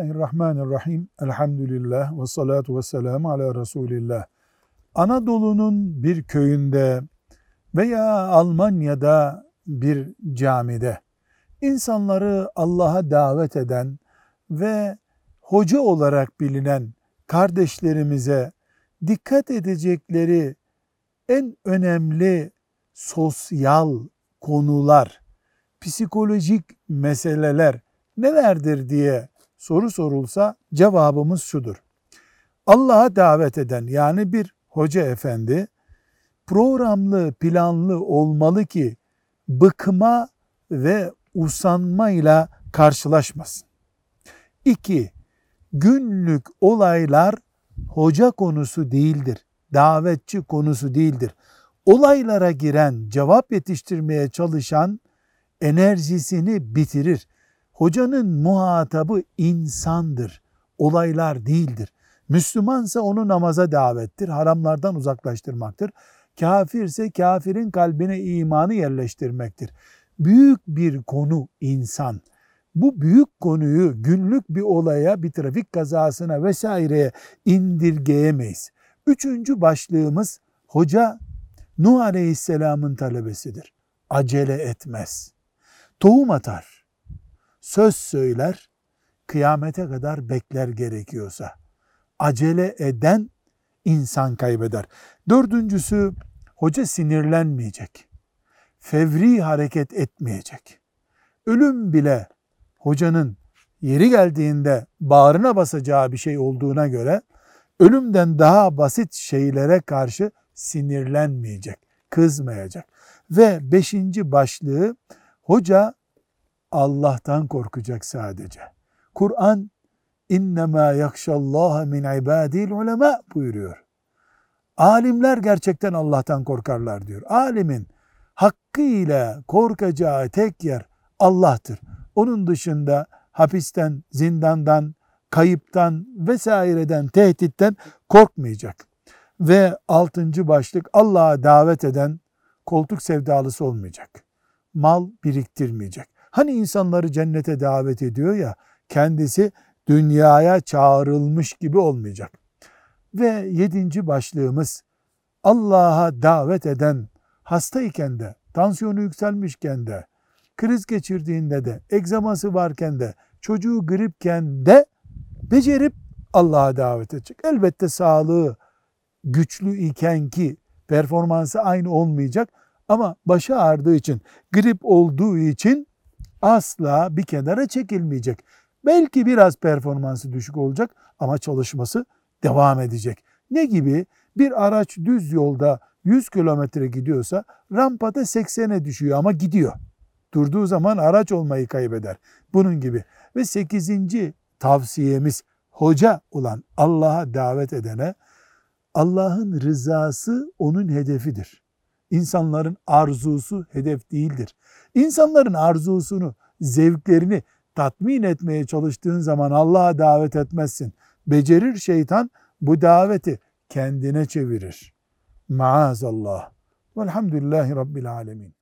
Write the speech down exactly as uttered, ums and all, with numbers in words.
Bismillahirrahmanirrahim. Elhamdülillah ve salatu ve selamu ala Resulillah. Anadolu'nun bir köyünde veya Almanya'da bir camide insanları Allah'a davet eden ve hoca olarak bilinen kardeşlerimize dikkat edecekleri en önemli sosyal konular, psikolojik meseleler nelerdir diye soru sorulsa cevabımız şudur. Allah'a davet eden yani bir hoca efendi programlı, planlı olmalı ki bıkma ve usanmayla karşılaşmasın. İki, günlük olaylar hoca konusu değildir, davetçi konusu değildir. Olaylara giren, cevap yetiştirmeye çalışan enerjisini bitirir. Hocanın muhatabı insandır, olaylar değildir. Müslümansa onu namaza davettir, haramlardan uzaklaştırmaktır. Kafirse kafirin kalbine imanı yerleştirmektir. Büyük bir konu insan. Bu büyük konuyu günlük bir olaya, bir trafik kazasına vesaireye indirgeyemeyiz. Üçüncü başlığımız hoca Nuh Aleyhisselam'ın talebesidir. Acele etmez. Tohum atar, söz söyler, kıyamete kadar bekler gerekiyorsa. Acele eden insan kaybeder. Dördüncüsü, hoca sinirlenmeyecek, fevri hareket etmeyecek. Ölüm bile hocanın yeri geldiğinde bağrına basacağı bir şey olduğuna göre, ölümden daha basit şeylere karşı sinirlenmeyecek, kızmayacak. Ve beşinci başlığı, hoca Allah'tan korkacak sadece. Kur'an İnnemâ yakşallâhe min ibâdil ulemâ buyuruyor. Alimler gerçekten Allah'tan korkarlar diyor. Alimin hakkıyla korkacağı tek yer Allah'tır. Onun dışında hapisten, zindandan, kayıptan vesaireden, tehditten korkmayacak. Ve altıncı başlık, Allah'a davet eden koltuk sevdalısı olmayacak. Mal biriktirmeyecek. Hani insanları cennete davet ediyor ya, kendisi dünyaya çağrılmış gibi olmayacak. Ve yedinci başlığımız, Allah'a davet eden hastayken de, tansiyonu yükselmişken de, kriz geçirdiğinde de, egzaması varken de, çocuğu gripken de becerip Allah'a davet edecek. Elbette sağlığı güçlü iken ki performansı aynı olmayacak ama başı ağrıdığı için, grip olduğu için asla bir kenara çekilmeyecek. Belki biraz performansı düşük olacak ama çalışması devam edecek. Ne gibi? Bir araç düz yolda yüz kilometre gidiyorsa rampada seksene düşüyor ama gidiyor. Durduğu zaman araç olmayı kaybeder. Bunun gibi. Ve sekizinci tavsiyemiz, hoca olan Allah'a davet edene, Allah'ın rızası onun hedefidir. İnsanların arzusu hedef değildir. İnsanların arzusunu, zevklerini tatmin etmeye çalıştığın zaman Allah'a davet etmezsin. Becerir şeytan, bu daveti kendine çevirir. Maazallah. Velhamdülillahi Rabbil alemin.